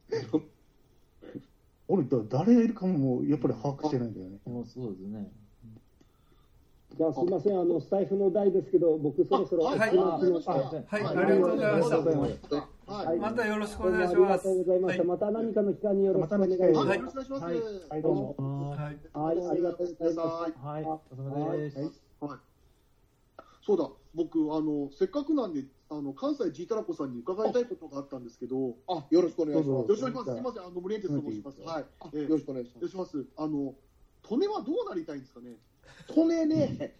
S1: 俺、誰がいるかもやっぱり把握してないんだよね。
S2: そうですね。
S6: じゃあすみません、スタイフの台ですけど、僕そろそろ。
S5: はい、ありがとうございました。またよろしくお願いします。
S6: ありがとうございました。また何かの機会によろしくお願いします。
S3: はい、よろしくお願いします。
S1: はい、どうも。
S6: はい、ありがとうございます。
S2: はい、お疲れ様です。
S3: はい。そうだ、僕、せっかくなんで、関西ジータラコさんに伺いたいことがあったんですけど。
S10: あ、よろしくお願いします。
S3: よろしくお願いします。すみません、森エンテスと申します。はい。
S10: よろしくお願いします。
S3: よろしくお願いします。利根はどうなりたいんですかね。
S10: 利根ね。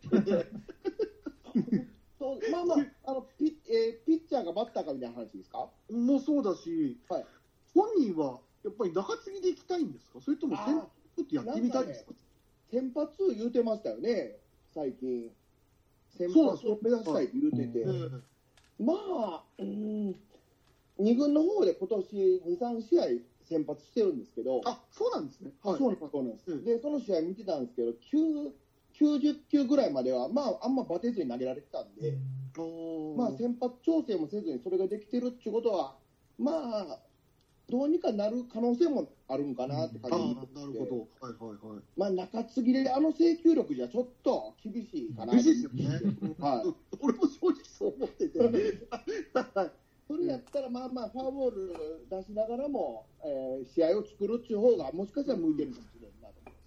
S10: まあまあ、ピッチャーがバッターかみたいな話ですか。
S3: もうそうだし、はい、本人はやっぱり中継ぎで行きたいんですか、それとも先発ってやってみたいですか。
S10: 先発言うてましたよね、最近。先発を目指したいって言うてて。まあ、2軍の方で今年2、3試合先発してるんですけど。
S3: あ、そうなんですね。
S10: はい、そうなんです。で、その試合見てたんですけど、90球ぐらいまでは、まあ、あんまバテずに投げられてたんで、まあ、先発調整もせずにそれができてるっていうことは、まあ、どうにかなる可能性もあるんかなって感じで、
S3: なるほど、はいはいはい。
S10: まあ、中継ぎで制球力じゃちょっと厳しいかな。
S3: 厳しいですよね。
S10: はい。
S3: 俺も正直そう思ってて。
S10: それやったら、まあまあ、フォアボール出しながらも、試合を作るっていう方が、もしかしたら向いてるかもしれないなと思います。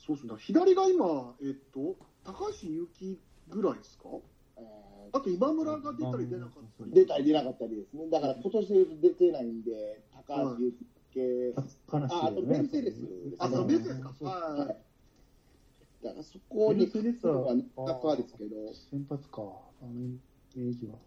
S3: そうですね。左が今、高橋優希ぐらいですか。あと今村が出たり出なかったり。
S10: 出たり出なかったりですね。だから今年出てないんで、高橋優希系。あとメルセデス。
S3: あ、そう、メルセデスか。はい。
S10: だからそこに来るのは中ですけど。
S1: 先発か。イメージは。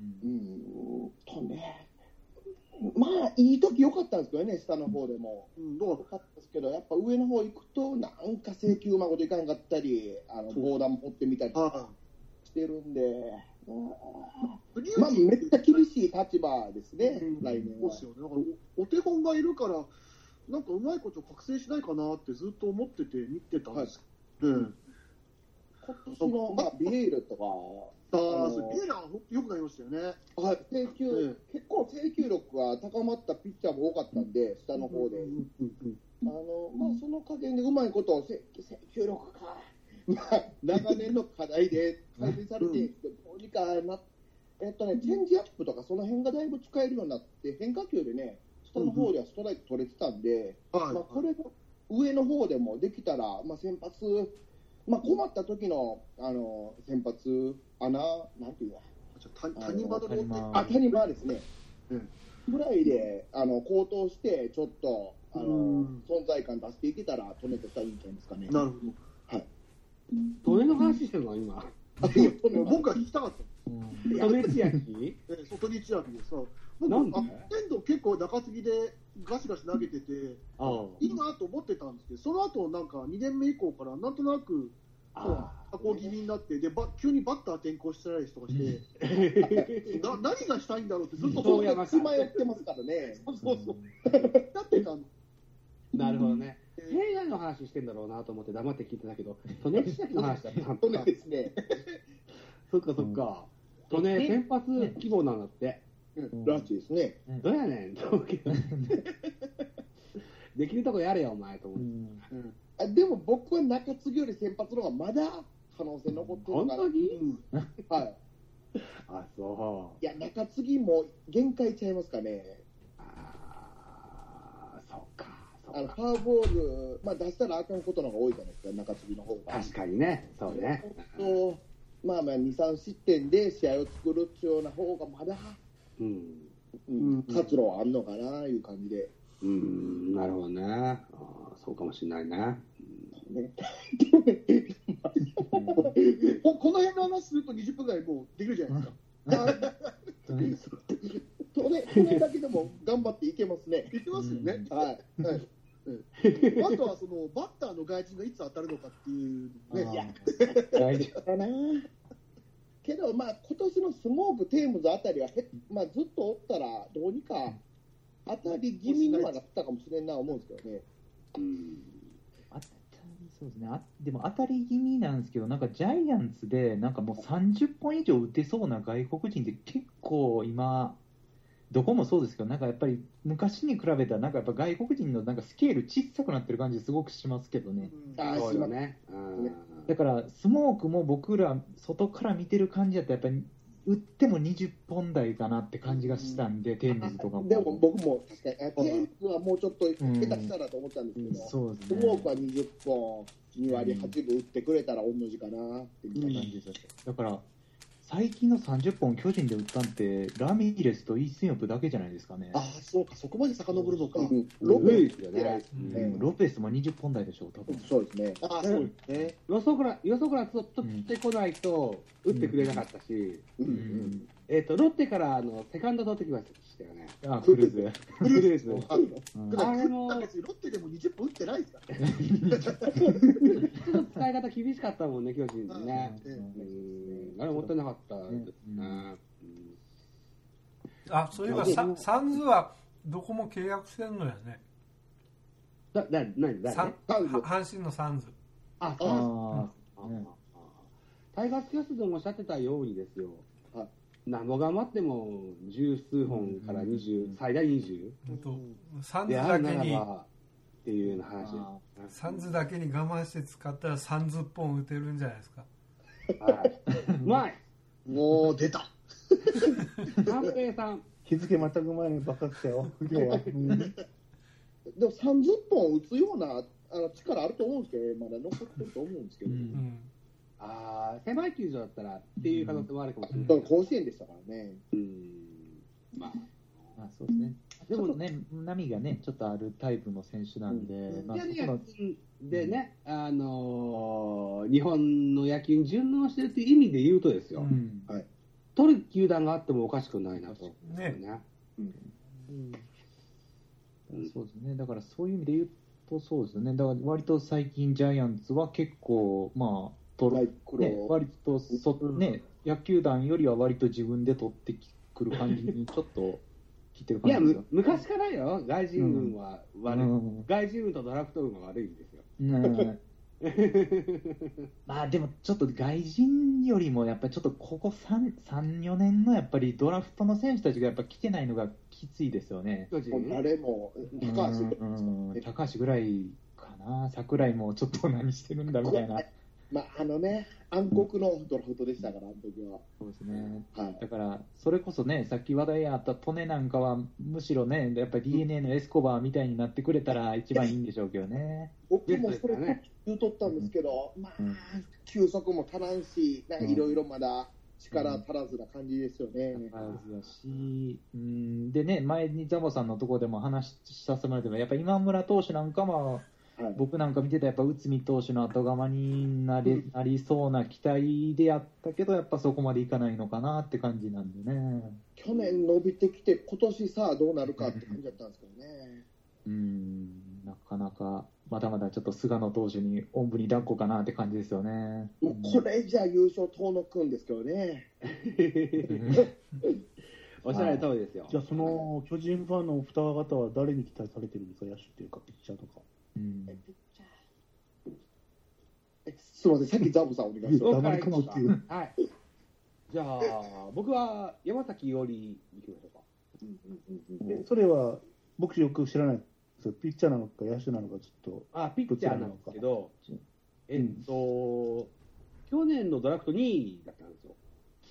S10: ね。まあ、いい時良かったんですけどね、下の方でも。良かったですけど、やっぱ上の方行くと、なんか制球うまいこといかんかったり、ボーダーも掘ってみたりとかしてるんで、まあ、めっちゃ厳しい立場ですね、来年は。
S3: そうですよね。だからお手本がいるから、なんかうまいこと覚醒しないかなってずっと思ってて見てたんですけど、
S10: 今年の、まあ、ビエイルとか、
S3: ビエイルはよくなりましたよね。
S10: はい、結構制球力が高まったピッチャーも多かったんで、下の方で。まあ、その加減でうまいことを制球力か、まあ、長年の課題で改善されて、どうにかな、チェンジアップとかその辺がだいぶ使えるようになって、変化球でね、下の方ではストライク取れてたんで、まあ、これの上の方でもできたら、まあ、先発、まあ、困った時の先発、なんていう
S3: の、谷間
S10: ですね、ぐらいで高騰して、ちょっと存在感出していけたら、止めてたらいいんじゃないですかね。
S3: なるほど。
S10: はい。
S9: どれの話してるの、今。
S3: 僕は聞きたかった。
S9: トネチアキ？
S3: トネチアキでさ、僕、天童結構中継ぎでガシガシ投げてて、いいなと思ってたんですけど、その後なんか2年目以降からなんとなく、下降気味になって、で急にバッター転向したりとかして、何がしたいんだろうってずっと
S10: そうやつまよってますからね。
S3: そう。だってたの。
S9: なるほどね。平野の話してんだろうなと思って黙って聞いてたけど、トネチアキの話だったんだ。
S10: トネですね。
S9: そっかそっか。トネ先発希望なんだって。
S10: らしいですね。
S9: どうやねん。できるとこやれよお前と思
S10: って。でも僕は中継ぎより先発の方がまだ可能性残ってるから。
S9: 本当に？
S10: はい。
S9: あ、そう。
S10: いや中継ぎも限界ちゃいますかね。
S9: そっか。
S10: ファウボール、まあ、出したらあかんことの方が多いじゃないですか、中継ぎの方が。
S9: 確かにね、そうね。
S10: まあ2、3失点で試合を作るっていうような方がまだ、活路はあんのかないう感じで。
S9: なるほどね。そうかもしれないね。
S3: この辺の話すると20分ぐらいもうできるじゃないですか。
S10: それだけでも頑張っていけますね。
S3: いけますよね。
S10: はい。
S3: あとはそのバッターの外人がいつ当たるのかっていうね。
S10: いや、大事だな。けどまあ今年のスモークテームズあたりはまあずっとおったらどうにか当たり気味にはなったかもしれんな思うんですけどね。
S2: そうですね。でも当たり気味なんですけど、なんかジャイアンツでなんかもう30本以上打てそうな外国人って結構今。どこもそうですけど、なんかやっぱり昔に比べたら、なんかやっぱ外国人のなんかスケール小さくなってる感じすごくしますけどね。
S9: そうよね。
S2: だからスモークも僕ら外から見てる感じだとやっぱり打っても20本台かなって感じがしたんで、テームズとかも。
S10: でも僕も確かにテームズはもうちょっと下手したらと思ったんですけど、
S2: そうですね、
S10: スモークは20本2割8分打ってくれたら同じかなっていう感じです。
S2: だから最近の30本巨人で打ったんってラミレスとイ・スンヨプだけじゃないですかね。
S3: そうか、そこまで遡るのか。
S10: ロペスよね。
S2: ロペスも20本台でしょう、多分。
S10: そうですね。
S3: そうですね。
S9: よそからちょっとってこないと打ってくれなかったし、ロッテからセカンド取ってきましたよね。
S2: クルーズ。
S3: あれもロッテでも20本打ってないですか。
S9: 使い方厳しかったもんね、巨人ね。あれもったいなかったですね。
S5: そういえばサンズはどこも契約してんのやね。
S9: 何
S5: 阪神のサンズ。
S9: タイガースキャストでもおっしゃってたようにですよ。何も頑張っても十数本から20、最大20。
S5: サンズだけに
S9: っていうような話。
S5: サンズだけに我慢して使ったら30本打てるんじゃないですか。
S9: うまい。
S3: もう出た。
S9: 三平さん。
S1: 日付全く前に爆発したよ。今日は。で
S10: も30本打つような力あると思うんですけど、まだ残ってると思うんですけど。
S9: 狭い球場だったらっていう可能性もあるかもしれない。
S10: 甲子園でしたからね。
S2: そうですね。でもね、波がね、ちょっとあるタイプの選手なんで、
S9: でね、日本の野球に順応してるっていう意味で言うとですよ、取る球団があってもおかしくないなと。
S2: そうですね。だからそういう意味で言うとそうですね。だから割と最近ジャイアンツは結構割と野球団よりは割と自分で取ってくる感じにちょっと来てる感じですよ。
S9: いや昔からよ。外人運は悪い。外人運とドラフト運が悪いんですよ。
S2: まあでもちょっと外人よりもやっぱりちょっとここ3、4年のやっぱりドラフトの選手たちがやっぱ来てないのがきついですよね。
S10: 誰も
S2: 高橋ぐらいかな、櫻井もちょっと何してるんだみたいな。
S10: まあ暗黒のドラフトでしたから、あの時は。
S2: そうですね。はい、だから、それこそね、さっき話題あった利根なんかは、むしろね、やっぱり DNA のエスコバーみたいになってくれたら一番いいんでしょうけどね。
S10: 僕もそれ言うとったんですけど、まあ、球速も足らんし、なんかいろいろまだ力足らずな感じですよね。
S2: 足らずだし、でね、前にザボさんのところでも話させてもらっても、やっぱり今村投手なんかも、僕なんか見てたやっぱ内海投手の後釜になりそうな期待でやったけど、やっぱそこまでいかないのかなって感じなんでね。
S10: 去年伸びてきて、今年さあどうなるかって感じだったんですけどね。
S2: なかなかまだまだちょっと菅野投手におんぶに抱っこかなって感じですよね。
S10: もうこれじゃ優勝遠のくんですけどね。
S11: おっしゃる通りですよ。
S1: じゃあその巨人ファンのお二方は誰に期待されてるんですか、野手っていうかピッチャーとか。
S10: すみません、さっきザボさんお願いします。
S11: 黙り込むっていう。はい。じゃあ僕は山崎伊織に行きましょうか。
S1: それは僕よく知らないですよ。ピッチャーなのか野手なのかちょっと。
S11: ピッチャーなんですけど、去年のドラフト2位だったんですよ。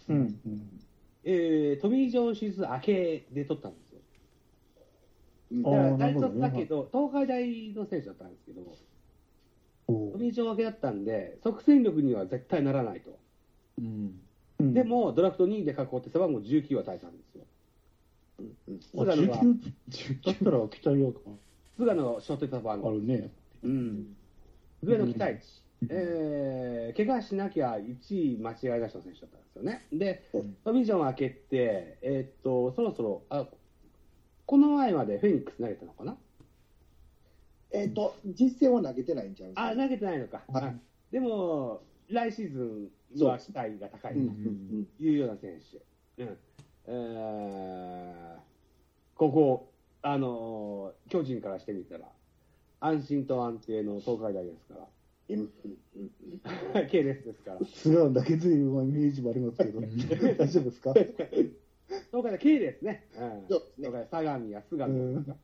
S11: トミー・ジョン手術明けで取ったんですよ。だから大卒だけど、東海大の選手だったんですけど、トミー・ジョン明けだったんで、即戦力には絶対ならないと。でも、ドラフト2位で囲って背番号19は与えたんですよ。
S1: 菅野がだったら期待よか。
S11: 菅野のショートペーパー番号。
S1: あるね。
S11: 上の期待値。怪我しなきゃ1位間違いなしの選手だったんですよね。で、トミー・ジョン明けて、そろそろ、この前までフェニックス投げたのかな？
S10: 実戦は投げてないんじゃないですか。
S11: 投げてないのか。でも、来シーズンは期待が高いというような選手。ここ、巨人からしてみたら、安心と安定の東海大ですから。系列ですから。
S1: 違うんだけどいうイメージもありますけど、大丈夫ですか？
S11: 東海大系列ね。東海相模や菅野とか。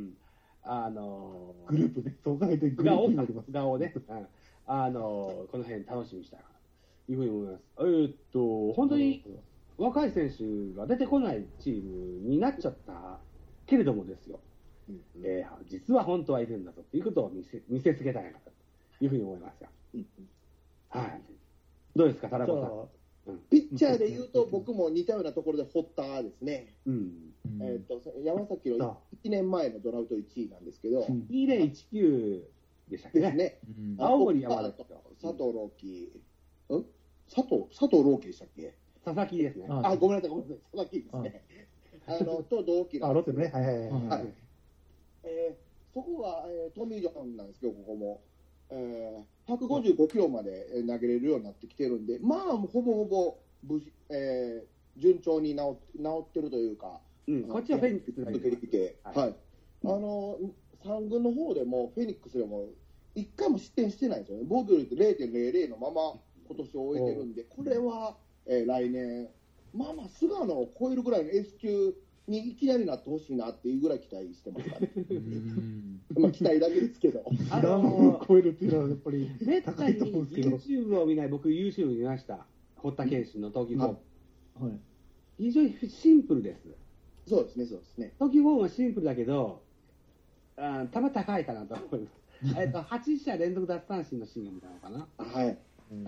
S1: グループね、東海大グループになります。
S11: 顔ね。この辺楽しみにしたいなというふうに思います。本当に若い選手が出てこないチームになっちゃったけれどもですよ。実は本当はいるんだぞということを見せつけたいなというふうに思いますが。はい。どうですか、田中さん。
S10: ピッチャーでいうと、僕も似たようなところで堀田ですね。山崎の1年前のドラフト1位なんですけど、
S11: 2019でしたっけね。
S10: ですね。
S11: 青森山田と
S10: 佐藤朗希、佐藤朗希でしたっけ？
S11: 佐々木ですね。
S10: ごめんなさい、佐々木ですね。と同期なんですけど。
S1: ロッテね。はい。
S10: そこはトミー・ジョンなんですけど、ここも。155キロまで投げれるようになってきてるんで、まあ、ほぼほぼ順調に治ってるというか、
S11: こっちはフェニックス
S10: 抜けてきて、3軍の方でも、フェニックスでも、1回も失点してないんですよね、防御率 0.00 のまま、今年を終えてるんで、これは、来年、まあまあ、菅野を超えるぐらいの S 級にいきなりなってほしいなっていうぐらい期待してますから、まあ期待だけですけど、
S1: 超えるっていうのはやっぱり
S11: めったに YouTube を見ない、僕 YouTube 見ました、堀田健信の投球フォーム、非常にシンプルです。
S10: そうですね、そうですね。
S11: 投球フォームはシンプルだけど、球高いかなと思います。8者連続奪三振のシーンなのかな。
S10: はい。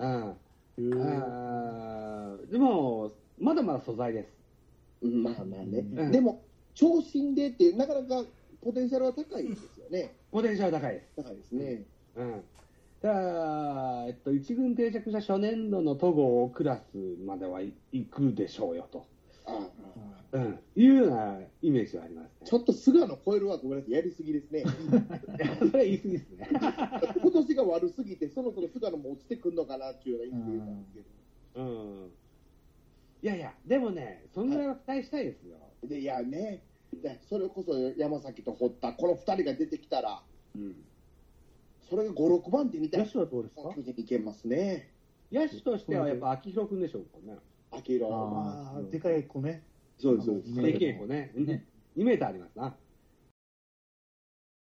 S11: でも、まだまだ素材です。
S10: まあまあね。でも、長身でってなかなかポテンシャルは高いですよね。
S11: ポテンシャルは高いです。
S10: 高いですね。
S11: ただ、一軍定着した初年度の戸郷クラスまでは行くでしょうよと。いうようなイメージはありますね。
S10: ちょっと菅野超えるはごめんなさい、やりすぎですね。
S11: それは言い過ぎですね。
S10: 今年が悪すぎて、そろそろ菅野も落ちてくるのかなっていうようなイメージなんですけど。
S11: いやいや、でもね、そのぐらいは期待したいですよ。
S10: いやね、それこそ山崎と堀田、この2人が出てきたら、 それが5、6番手みたいな。
S11: 野手はどうですか？
S10: いけますね。
S11: 野手としてはやっぱ秋広君でしょうかね。
S10: 秋広。
S1: でかい子ね。
S10: そうです、そうです。
S11: でけえ子ね。2メーターありますな。